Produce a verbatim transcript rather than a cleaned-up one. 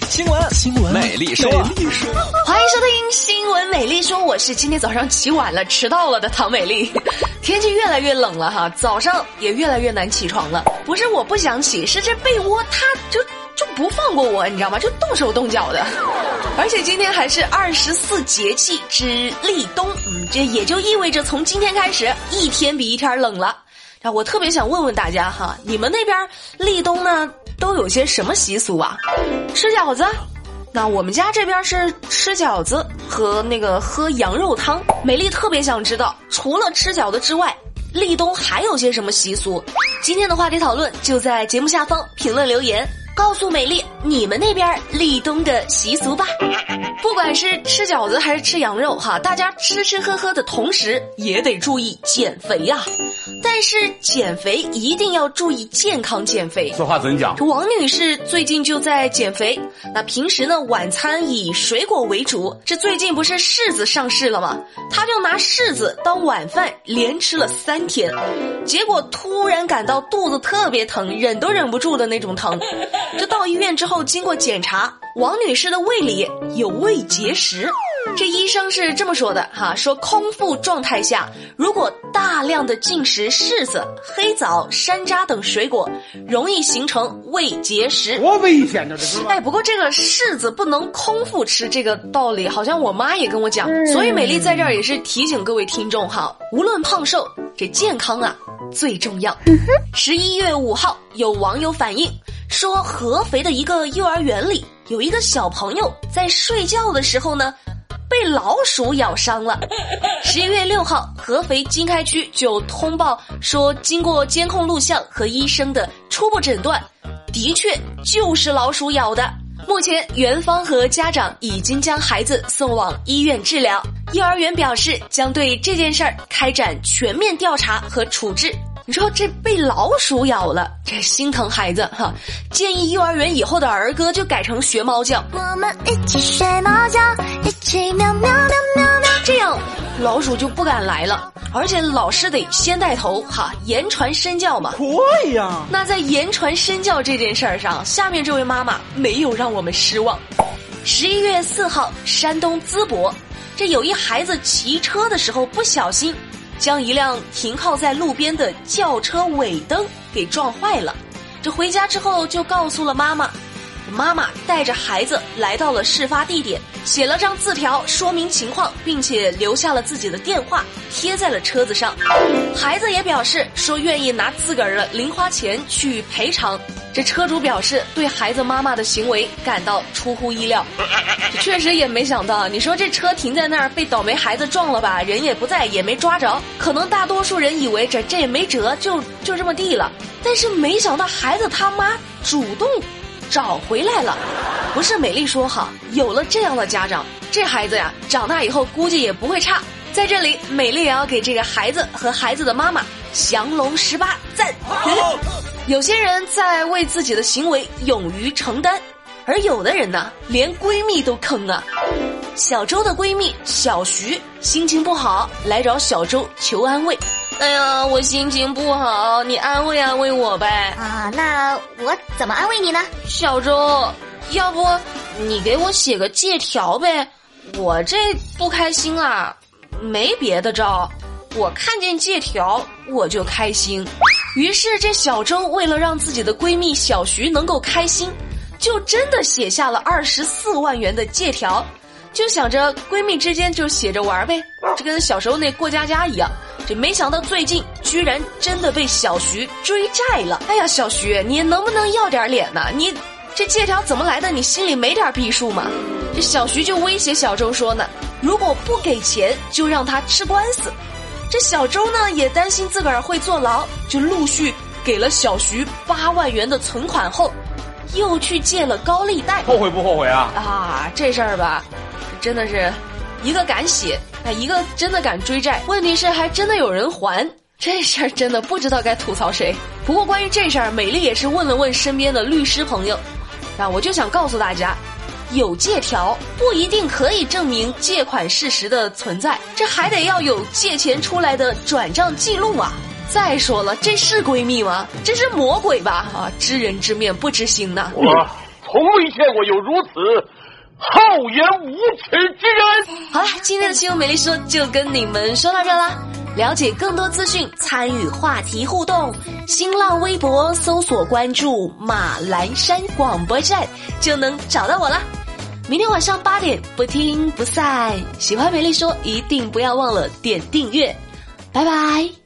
新闻新闻美丽说，美丽说， 欢迎收听新闻美丽说，我是今天早上起晚了迟到了的唐美丽。天气越来越冷了哈，早上也越来越难起床了。不是我不想起，是这被窝它就就不放过我，你知道吗？就动手动脚的。而且今天还是二十四节气之立冬，嗯，这也就意味着从今天开始，一天比一天冷了。啊，我特别想问问大家哈，你们那边立冬呢都有些什么习俗啊？吃饺子？那我们家这边是吃饺子和那个喝羊肉汤。美丽特别想知道，除了吃饺子之外，立冬还有些什么习俗？今天的话题讨论就在节目下方评论留言，告诉美丽你们那边立冬的习俗吧。不管是吃饺子还是吃羊肉哈，大家吃吃喝喝的同时也得注意减肥呀、啊。但是减肥一定要注意健康减肥。 这话怎讲？ 王女士最近就在减肥，那平时呢晚餐以水果为主，这最近不是柿子上市了吗？她就拿柿子当晚饭连吃了三天，结果突然感到肚子特别疼，忍都忍不住的那种疼。这到医院之后经过检查，王女士的胃里有胃结石。这医生是这么说的哈，说空腹状态下，如果大量的进食柿子、黑枣、山楂等水果，容易形成胃结石。 多危险的这是！ 哎，不过这个柿子不能空腹吃，这个道理好像我妈也跟我讲，所以美丽在这儿也是提醒各位听众哈，无论胖瘦，这健康啊最重要。十一月五号，有网友反映说，合肥的一个幼儿园里有一个小朋友在睡觉的时候呢，被老鼠咬伤了。十一月六号，合肥经开区就通报说，经过监控录像和医生的初步诊断，的确就是老鼠咬的。目前园方和家长已经将孩子送往医院治疗，幼儿园表示将对这件事儿开展全面调查和处置。你说这被老鼠咬了，这心疼孩子哈！建议幼儿园以后的儿歌就改成学猫叫，我们一起睡猫觉，一起喵喵喵喵喵，这样老鼠就不敢来了。而且老师得先带头哈，言传身教嘛。 可以呀。 那在言传身教这件事儿上，下面这位妈妈没有让我们失望。十一月四号，山东淄博，这有一孩子骑车的时候不小心将一辆停靠在路边的轿车尾灯给撞坏了。这回家之后就告诉了妈妈，妈妈带着孩子来到了事发地点，写了张字条说明情况，并且留下了自己的电话贴在了车子上。孩子也表示说愿意拿自个儿的零花钱去赔偿。这车主表示对孩子妈妈的行为感到出乎意料，确实也没想到，你说这车停在那儿被倒霉孩子撞了吧，人也不在，也没抓着，可能大多数人以为这这也没辙，就就这么地了。但是没想到孩子他妈主动找回来了。不是美丽说哈，有了这样的家长，这孩子呀长大以后估计也不会差。在这里美丽也要给这个孩子和孩子的妈妈降龙十八赞。有些人在为自己的行为勇于承担，而有的人呢连闺蜜都坑啊。小周的闺蜜小徐心情不好，来找小周求安慰。哎呀，我心情不好，你安慰安慰我呗。 啊，那我怎么安慰你呢？ 小周，要不你给我写个借条呗，我这不开心啊，没别的招，我看见借条我就开心。于是这小周为了让自己的闺蜜小徐能够开心，就真的写下了二十四万元的借条，就想着闺蜜之间就写着玩呗，这跟小时候那过家家一样。这没想到最近居然真的被小徐追债了。哎呀，小徐，你能不能要点脸呢？你这借条怎么来的？你心里没点逼数吗？这小徐就威胁小周说呢，如果不给钱就让他吃官司。这小周呢也担心自个儿会坐牢，就陆续给了小徐八万元的存款后，又去借了高利贷。 后悔不后悔啊？ 啊，这事儿吧，真的是一个敢写，哎，一个真的敢追债。问题是还真的有人还，这事儿真的不知道该吐槽谁。不过关于这事儿，美丽也是问了问身边的律师朋友，啊，我就想告诉大家，有借条不一定可以证明借款事实的存在，这还得要有借钱出来的转账记录啊。再说了，这是闺蜜吗？这是魔鬼吧？啊，知人知面不知心呐。 我从未见过有如此厚颜无耻之人。 好了，今天的新闻美丽说就跟你们说到这啦。了解更多资讯，参与话题互动，新浪微博搜索关注马栏山广播站就能找到我啦。明天晚上八点不听不散。喜欢美丽说一定不要忘了点订阅，拜拜。